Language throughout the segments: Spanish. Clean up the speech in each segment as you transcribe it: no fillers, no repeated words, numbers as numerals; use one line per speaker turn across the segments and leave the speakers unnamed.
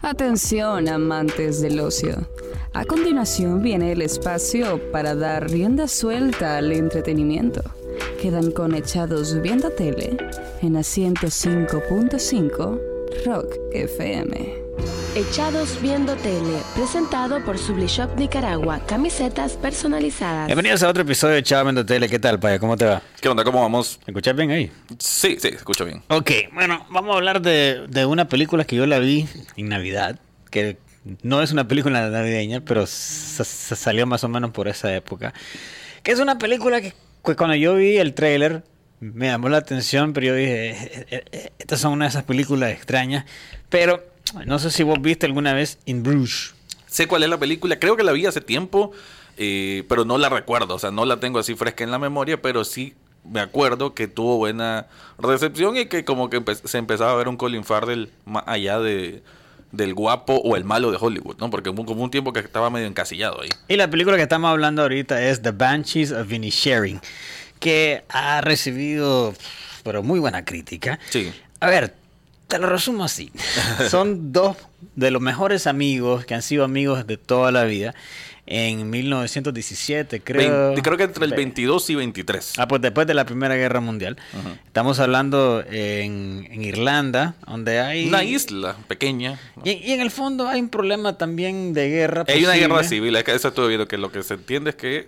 Atención, amantes del ocio. A continuación viene el espacio para dar rienda suelta al entretenimiento. Quedan con Echados Viendo Tele en la 105.5 Rock FM.
Echados Viendo Tele, presentado por Sublishop Nicaragua, camisetas personalizadas.
Bienvenidos a otro episodio de Echados Viendo Tele. ¿Qué tal, Paya? ¿Cómo te va?
¿Qué onda? ¿Cómo vamos?
¿Me escuchas bien ahí?
Sí, se escucha bien.
Ok, bueno, vamos a hablar de una película que yo la vi en Navidad, que no es una película navideña, pero se salió más o menos por esa época. Que es una película que cuando yo vi el tráiler me llamó la atención, pero yo dije, estas son una de esas películas extrañas. Pero no sé si vos viste alguna vez In Bruges.
Sé cuál es la película, creo que la vi hace tiempo, pero no la recuerdo, o sea, no la tengo así fresca en la memoria, pero sí me acuerdo que tuvo buena recepción y que como que se empezaba a ver un Colin Farrell más allá del guapo o el malo de Hollywood, ¿no? Porque como un tiempo que estaba medio encasillado ahí.
Y la película que estamos hablando ahorita es The Banshees of Inisherin, que ha recibido pero muy buena crítica.
Sí.
A ver, te lo resumo así. Son dos de los mejores amigos que han sido amigos de toda la vida. En 1917, creo.
Creo que entre el 22 y 23.
Ah, pues después de la Primera Guerra Mundial. Uh-huh. Estamos hablando en Irlanda, donde hay
una isla pequeña.
Y en el fondo hay un problema también de guerra.
Hay una guerra civil. Es que eso estuve viendo, que lo que se entiende es que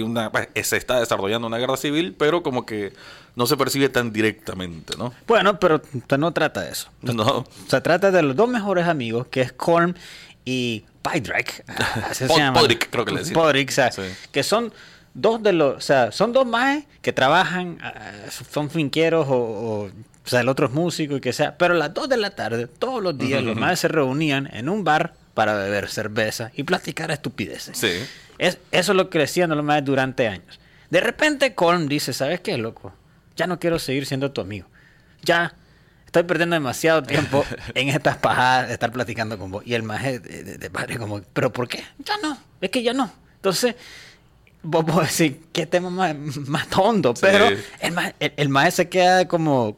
se está desarrollando una guerra civil, pero como que no se percibe tan directamente, ¿no?
Bueno, pero no trata de eso.
No.
Se trata de los dos mejores amigos, que es Colm y Padraig,
Podrick, creo que le decía.
Podrick, o sea, sí. Que son dos de los, o sea, son dos maes que trabajan, son finqueros o sea, el otro es músico y que sea, pero a las 2 de la tarde, todos los días, los maes se reunían en un bar para beber cerveza y platicar estupideces.
Sí.
Eso es lo que decían los maes durante años. De repente Colm dice, ¿sabes qué, loco? Ya no quiero seguir siendo tu amigo. Ya estoy perdiendo demasiado tiempo en estas pajadas de estar platicando con vos. Y el maje de padre como, ¿pero por qué? Ya no, es que ya no. Entonces, vos podés decir, qué tema más tonto. Sí. Pero el maje se queda como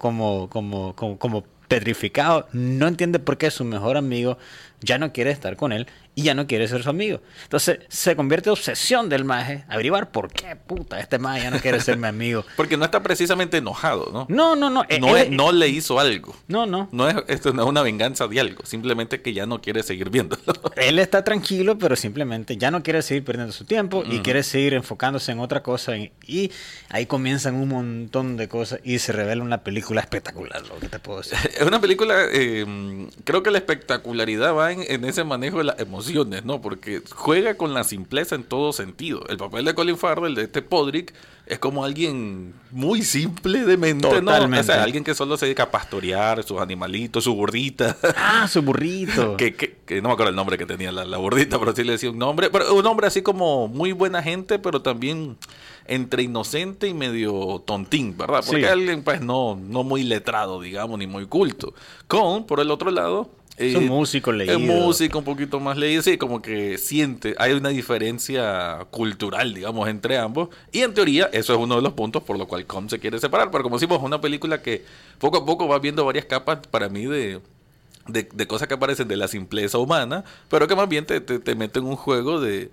petrificado. No entiende por qué su mejor amigo ya no quiere estar con él y ya no quiere ser su amigo. Entonces se convierte en obsesión del maje averiguar por qué puta este maje ya no quiere ser mi amigo.
Porque no está precisamente enojado, ¿no?
No.
No le hizo algo.
No.
Esto no es una venganza de algo. Simplemente que ya no quiere seguir viéndolo.
Él está tranquilo, pero simplemente ya no quiere seguir perdiendo su tiempo y quiere seguir enfocándose en otra cosa. Y ahí comienzan un montón de cosas y se revela una película espectacular, lo que te puedo decir.
Es una película, creo que la espectacularidad va en ese manejo de las emociones, ¿no? Porque juega con la simpleza en todo sentido. El papel de Colin Farrell, de este Podrick, es como alguien muy simple de mente,
totalmente.
¿no? O sea, alguien que solo se dedica a pastorear sus animalitos, su burrita.
Ah, su burrito.
que no me acuerdo el nombre que tenía la burdita, pero sí le decía un nombre. Pero un hombre así como muy buena gente, pero también entre inocente y medio tontín, ¿verdad? Porque
sí.
Alguien pues no muy letrado, digamos, ni muy culto. Por el otro lado,
es un músico leído.
Es músico un poquito más leído, sí, como que hay una diferencia cultural, digamos, entre ambos. Y en teoría, eso es uno de los puntos por lo cual Colm se quiere separar. Pero como decimos, es una película que poco a poco va viendo varias capas para mí de cosas que aparecen de la simpleza humana, pero que más bien te mete en un juego de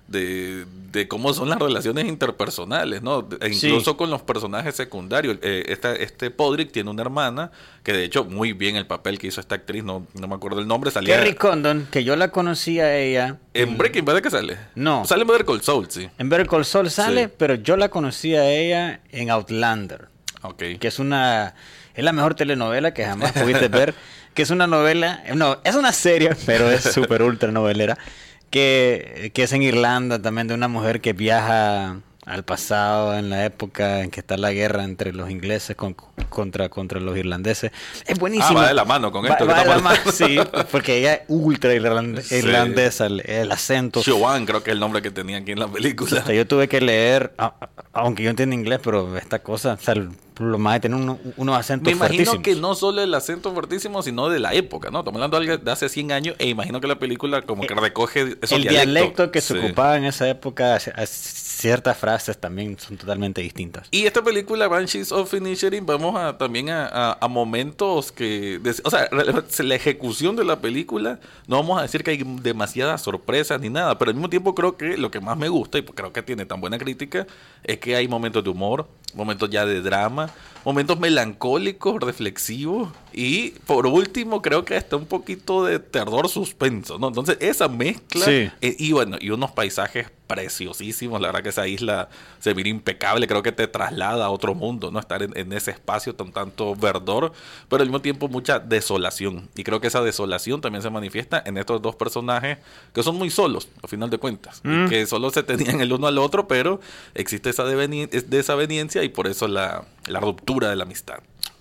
cómo son las relaciones interpersonales, ¿no? Incluso sí. Con los personajes secundarios. Este Podrick tiene una hermana que de hecho muy bien el papel que hizo esta actriz, no me acuerdo el nombre, salía
Kerry Condon, que yo la conocí a ella
en Breaking Bad. ¿De qué sale?
No,
sale en Better Call Saul, sí.
En Better Call Saul sale,
sí.
Pero yo la conocí a ella en Outlander.
Okay.
Que es la mejor telenovela que jamás pudiste ver, que es una novela, no, es una serie, pero es súper ultra novelera. Que es en Irlanda también, de una mujer que viaja al pasado en la época en que está la guerra entre los ingleses contra los irlandeses. Es buenísimo.
Va de la mano con esto.
Va de la mano, sí, porque ella es ultra irlandesa, el acento.
Siobhan creo que es el nombre que tenía aquí en la película.
O sea, yo tuve que leer, aunque yo entiendo inglés, pero esta cosa, o sea, los más tienen unos acentos fuertísimos.
Me imagino que no solo el acento fuertísimo, sino de la época, ¿no? Estamos hablando de hace 100 años imagino que la película como que recoge esos
dialecto que se ocupaba en esa época ciertas frases también son totalmente distintas.
Y esta película, Banshees of Inisherin, vamos también a momentos que... o sea, la ejecución de la película, no vamos a decir que hay demasiadas sorpresas ni nada, pero al mismo tiempo creo que lo que más me gusta, y creo que tiene tan buena crítica, es que hay momentos de humor, momentos ya de drama, momentos melancólicos, reflexivos, y por último creo que hasta un poquito de terror suspenso, ¿no? Entonces esa mezcla,
sí.
Y bueno, y unos paisajes preciosísimos, la verdad que esa isla se mira impecable, creo que te traslada a otro mundo, ¿no? Estar en ese espacio con tanto verdor, pero al mismo tiempo mucha desolación, y creo que esa desolación también se manifiesta en estos dos personajes que son muy solos, al final de cuentas, y que solo se tenían el uno al otro, pero existe esa desaveniencia y por eso la ruptura de la amistad.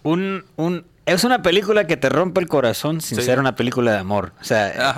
Es una película que te rompe el corazón sin ser una película de amor. O sea,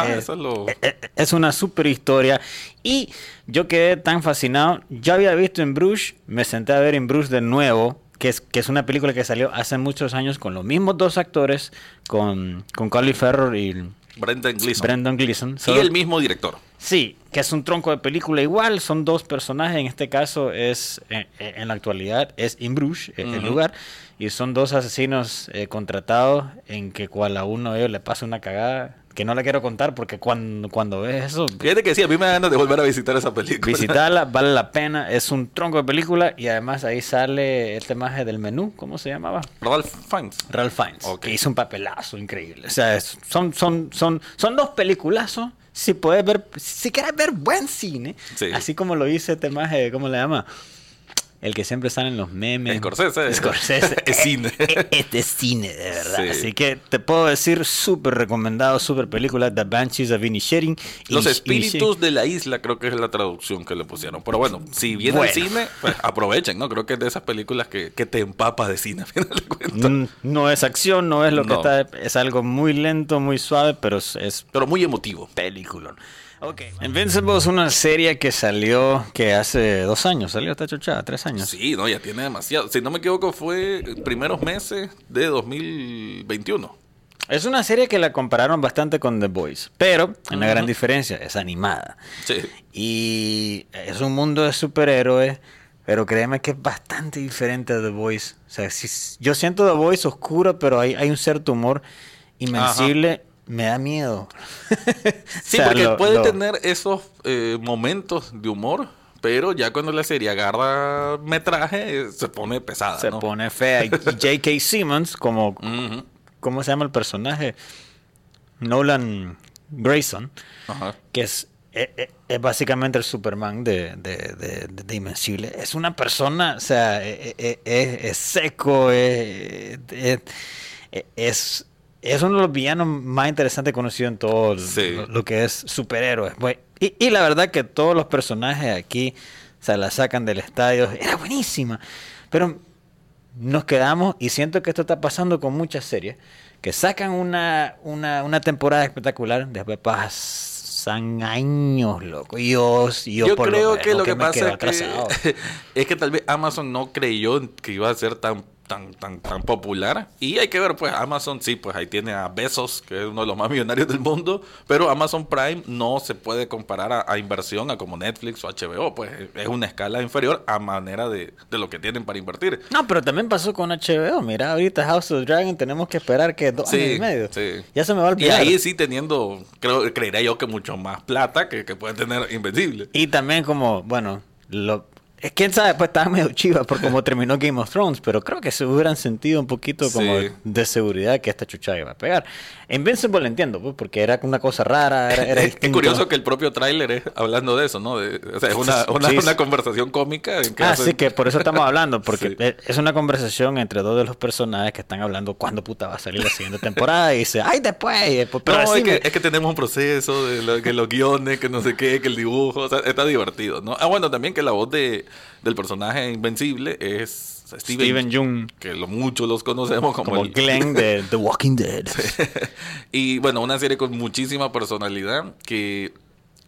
es una super historia. Y yo quedé tan fascinado. Yo había visto In Bruges, me senté a ver In Bruges de nuevo, que es una película que salió hace muchos años con los mismos dos actores, con Colin Farrell y Brendan Gleeson.
Y el mismo director.
Sí, que es un tronco de película igual, son dos personajes, en este caso es, en la actualidad, es In Bruges, el lugar, y son dos asesinos contratados en que cual a uno de ellos le pasa una cagada, que no la quiero contar porque cuando ves eso...
Fíjate que sí, a mí me da ganas de volver a visitar esa película.
Visitarla, vale la pena, es un tronco de película y además ahí sale el temaje del menú, ¿cómo se llamaba?
Ralph Fiennes.
Okay. Que hizo un papelazo increíble. O sea, son dos peliculazos. Si puedes ver, si quieres ver buen cine, sí. Así como lo hice temaje, ¿cómo le llama? El que siempre sale en los memes.
Scorsese.
Es cine. Este es cine, de verdad. Sí. Así que te puedo decir, súper recomendado, súper película, The Banshees of Inisherin.
Los espíritus de la isla, creo que es la traducción que le pusieron. Pero bueno, si viene el cine, pues aprovechen, ¿no? Creo que es de esas películas que te empapas de cine, al final de cuentas.
No es acción, no es lo que está... Es algo muy lento, muy suave, pero es...
Pero muy emotivo.
Película. Okay. Invincible es una serie que salió, que hace 2 años, salió esta chochada, 3 años.
Sí, no, ya tiene demasiado. Si no me equivoco, fue primeros meses de 2021.
Es una serie que la compararon bastante con The Boys, pero hay una gran diferencia, es animada.
Sí.
Y es un mundo de superhéroes, pero créeme que es bastante diferente a The Boys. O sea, yo siento The Boys oscuro, pero hay un cierto humor invencible. Ajá. Me da miedo.
Sí, o sea, porque puede tener esos momentos de humor, pero ya cuando la serie agarra metraje, se pone pesada.
Se pone fea. Y J.K. Simmons, como... ¿Cómo se llama el personaje? Nolan Grayson, que es básicamente el Superman de Invencible. Es una persona, o sea, es seco, es uno de los villanos más interesantes conocidos en todo lo que es superhéroes. Y la verdad que todos los personajes aquí se la sacan del estadio. Era buenísima. Pero nos quedamos, y siento que esto está pasando con muchas series, que sacan una temporada espectacular, después pasan años, loco. Yo
creo que lo que pasa es que tal vez Amazon no creyó que iba a ser tan popular, y hay que ver, pues Amazon sí, pues ahí tiene a Bezos, que es uno de los más millonarios del mundo, pero Amazon Prime no se puede comparar a inversión a como Netflix o HBO, pues es una escala inferior a manera de lo que tienen para invertir.
No, pero también pasó con HBO, mira, ahorita House of Dragon tenemos que esperar que 2 años y medio. Sí. Ya se me va a olvidar.
Y ahí sí teniendo, creería yo que mucho más plata que puede tener Invencible.
Y también como, bueno, quién sabe, pues estaba medio chiva por cómo terminó Game of Thrones, pero creo que se hubieran sentido un poquito como de seguridad que esta chuchada iba a pegar. Invincible lo entiendo, pues, porque era una cosa rara, era distinto.
Es curioso que el propio tráiler es hablando de eso, ¿no? O sea, es una conversación cómica.
Sí, que por eso estamos hablando, porque es una conversación entre dos de los personajes que están hablando cuándo puta va a salir la siguiente temporada, y dice, ¡ay, después! Pero
no, es que tenemos un proceso de que los guiones, que no sé qué, que el dibujo, o sea, está divertido, ¿no? Bueno, también que la voz del personaje Invencible es Steven Yeun, que muchos los conocemos como
Glenn de The Walking Dead.
Y bueno, una serie con muchísima personalidad que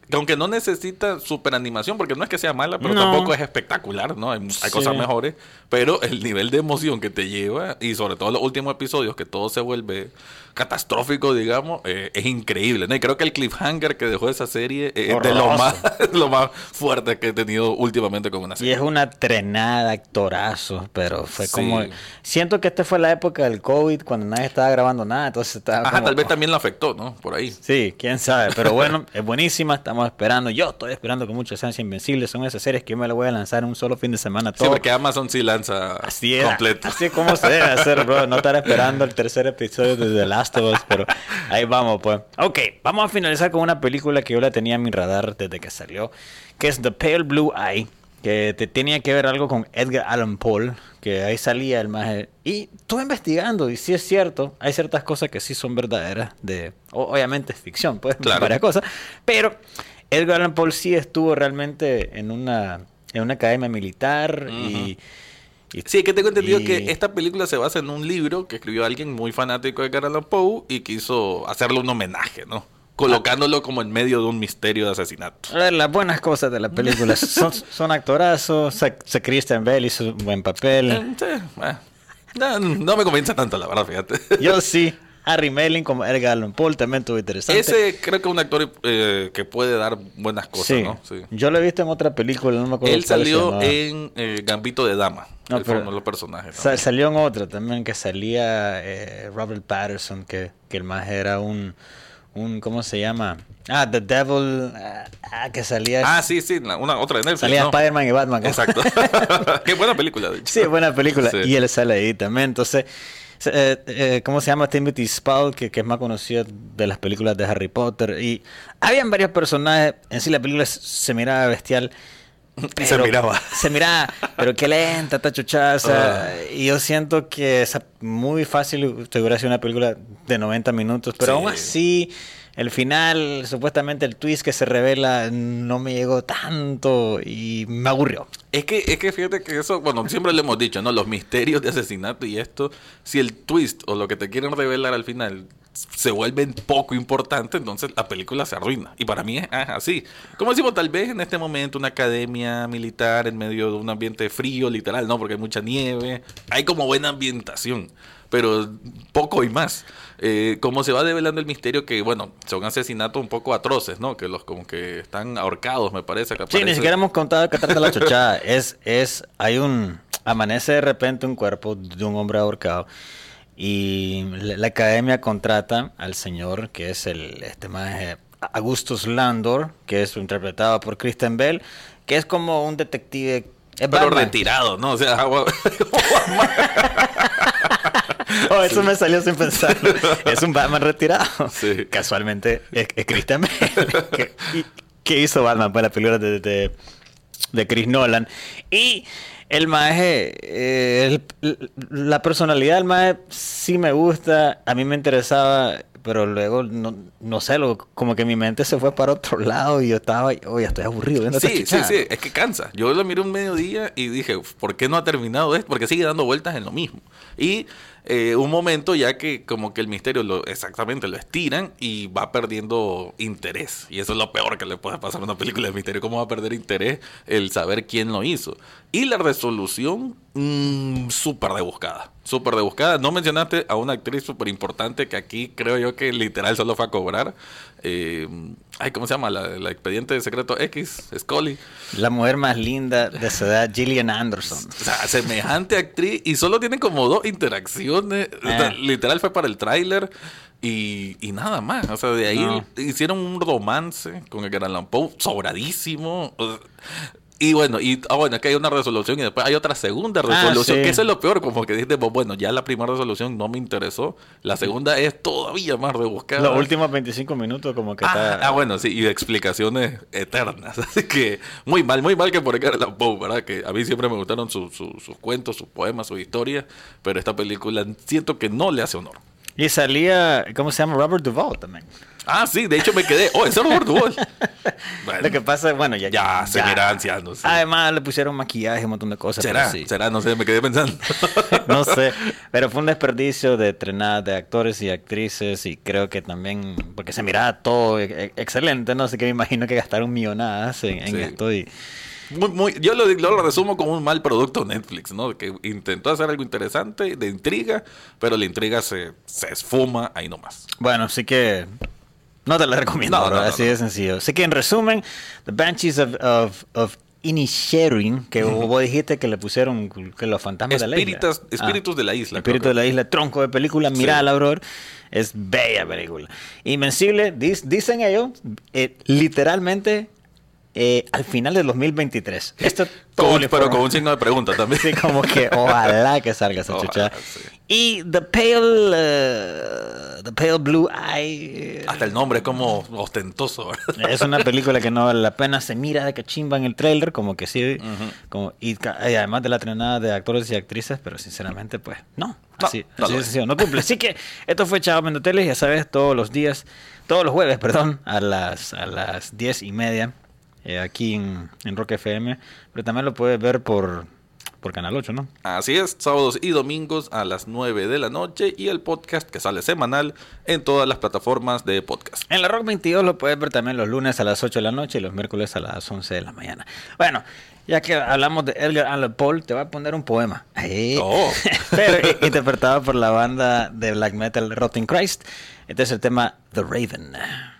que aunque no necesita super animación, porque no es que sea mala, pero
No.
tampoco es espectacular, ¿no? Hay
Sí.
cosas mejores, pero el nivel de emoción que te lleva, y sobre todo los últimos episodios, que todo se vuelve catastrófico, digamos, es increíble, ¿no? Y creo que el cliffhanger que dejó esa serie es de
Horroroso.
lo más fuerte que he tenido últimamente con una
Y
serie.
es una trenada, actorazo, pero fue
Sí.
como... Siento que esta fue la época del COVID, cuando nadie estaba grabando nada, entonces estaba
Ajá,
como-
tal vez también lo afectó, ¿no? Por ahí.
Sí, quién sabe, pero bueno, es buenísima, estamos esperando, yo estoy esperando con mucha ansia Invencible, son esas series que yo me las voy a lanzar en un solo fin de semana
Sí,
todo.
porque Amazon sí lanza
Así es,
completo.
así es como se debe hacer, bro, no estar esperando el tercer episodio de The Last of Us, pero ahí vamos, pues. Ok, vamos a finalizar con una película que yo la tenía en mi radar desde que salió, que es The Pale Blue Eye, que tenía que ver algo con Edgar Allan Poe, que ahí salía el maje. Y estuve investigando, y sí es cierto, hay ciertas cosas que sí son verdaderas, obviamente es ficción, pues,
Claro.
varias cosas, pero Edgar Allan Poe sí estuvo realmente en una academia militar y
Sí, que tengo entendido
y-
que esta película se basa en un libro que escribió alguien muy fanático de Edgar Allan Poe y quiso hacerle un homenaje, ¿no? Colocándolo como en medio de un misterio de asesinato.
A ver, las buenas cosas de la película son actorazos, Christian Bale hizo un buen papel.
Sí, no me convence tanto, la verdad, fíjate.
Yo sí, Harry Melling como Edgar Allan Poe también estuvo interesante.
Ese creo que es un actor que puede dar buenas cosas,
sí,
¿no? Sí.
yo lo he visto en otra película, no me acuerdo.
Él
cuál se
salió
llamaba.
en Gambito de Dama.
No,
Él
pero-
fue uno de los personajes. también.
Salió en otra también que salía Robert Patterson, que el más era un ¿cómo se llama? The Devil, que salía
Sí, una otra de Netflix,
salía
¿no?
Spider-Man y Batman. ¿no?
Exacto. Qué buena película, de hecho.
Sí, buena película.
Sí.
Y él sale ahí también. Entonces, ¿cómo se llama? Timothy Spall, que es más conocido de las películas de Harry Potter. Y habían varios personajes. En sí, la película se miraba bestial.
Se miraba.
Se miraba, pero qué lenta, tachuchaza. Y yo siento que es muy fácil te hubiera sido una película de 90 minutos. Pero
Sí.
aún así, el final, supuestamente el twist que se revela, no me llegó tanto y me aburrió.
Es que fíjate que eso, bueno, siempre lo hemos dicho, ¿no? Los misterios de asesinato y esto, si el twist o lo que te quieren revelar al final se vuelven poco importante, entonces la película se arruina. Y para mí es así. Como decimos, tal vez en este momento una academia militar en medio de un ambiente frío, literal, ¿no? Porque hay mucha nieve, hay como buena ambientación, pero poco y más. Como se va develando el misterio que, bueno, son asesinatos un poco atroces, ¿no? Que los como que están ahorcados, me parece. Que
Sí, ni
aparece-
siquiera hemos contado que trata la chochada. Amanece de repente un cuerpo de un hombre ahorcado y la academia contrata al señor que es este más Augustus Landor, que es interpretado por Kristen Bell, que es como un detective. Es
Pero
Batman.
retirado, ¿no? O sea,
Oh, eso me salió sin pensarlo. Es un Batman retirado.
Sí.
Casualmente es Christian Bale. ¿Qué hizo Batman para la película de Chris Nolan? Y el maje, la personalidad del maje sí me gusta. A mí me interesaba, pero luego no sé, como que mi mente se fue para otro lado y yo estaba, oye, estoy aburrido viendo esta
sí,
chuchada.
es que cansa. Yo lo miré un mediodía y dije, ¿por qué no ha terminado esto? Porque sigue dando vueltas en lo mismo. Y un momento ya que como que el misterio exactamente lo estiran y va perdiendo interés. Y eso es lo peor que le puede pasar a una película de misterio. ¿Cómo va a perder interés el saber quién lo hizo? Y la resolución, súper rebuscada. Súper rebuscada. No mencionaste a una actriz súper importante que aquí creo yo que literal solo fue a cobrar. ¿Cómo se llama? La expediente de secreto X, Scully.
La mujer más linda de su edad, Gillian Anderson.
O sea, semejante actriz y solo tienen como 2 interacciones. O sea, literal fue para el tráiler y nada más. O sea, de ahí
No.
hicieron un romance con el Edgar Allan Poe sobradísimo. O sea, y bueno, que hay una resolución y después hay otra segunda resolución,
sí.
que eso es lo peor, como que dijiste, bueno, ya la primera resolución no me interesó, la segunda es todavía más rebuscada.
Los últimos 25 minutos como que está...
Bueno, sí, y de explicaciones eternas. Así que muy mal que por Edgar Allan Poe, ¿verdad? Que a mí siempre me gustaron sus cuentos, sus poemas, sus historias, pero esta película siento que no le hace honor.
Y salía, ¿cómo se llama? Robert Duvall también.
Ah, sí, de hecho me quedé. Oh, ese es Robert Duvall. Bueno,
Lo que pasa, bueno,
ya se mira anciano. Sí.
Además le pusieron maquillaje, un montón de cosas.
¿Será?
Sí.
¿Será? No sé, me quedé pensando.
No sé, pero fue un desperdicio de trenadas de actores y actrices y creo que también, porque se miraba todo excelente, no sé, que me imagino que gastaron millonadas en
Sí.
esto y...
Yo lo resumo como un mal producto Netflix, ¿no? Que intentó hacer algo interesante, de intriga, pero la intriga se esfuma ahí nomás.
Bueno, así que no te la recomiendo,
No,
bro,
no,
así
no.
de sencillo. Así que en resumen, The Banshees of Inisherin, que vos dijiste que le pusieron que los fantasmas de la isla.
Espíritus de la isla.
Espíritu
creo
de la isla, tronco de película, mirala,
Sí.
bro. Es bella película. Invencible, dicen ellos, literalmente al final del 2023. Esto todo le
Pero
informa.
con un signo de pregunta también.
Sí, como que ojalá que salga esa
Ojalá,
chucha.
sí.
Y The Pale Blue Eye.
Hasta el nombre es como ostentoso, ¿verdad?
Es una película que no vale la pena, se mira de cachimba en el trailer, como que sí, y además de la trenada de actores y actrices, pero sinceramente, pues, no, así
no
de
lo es.
sencillo, no cumple. Así que esto fue Chavo Viendo Tele, ya sabes, todos los jueves, perdón, a las 10:30, aquí en Rock FM, pero también lo puedes ver por Canal 8, ¿no?
Así es, sábados y domingos a las 9 de la noche y el podcast que sale semanal en todas las plataformas de podcast.
En la Rock 22 lo puedes ver también los lunes a las 8 de la noche y los miércoles a las 11 de la mañana. Bueno, ya que hablamos de Edgar Allan Poe, te voy a poner un poema.
Oh.
Pero interpretado por la banda de black metal Rotten Christ. Este es el tema The Raven.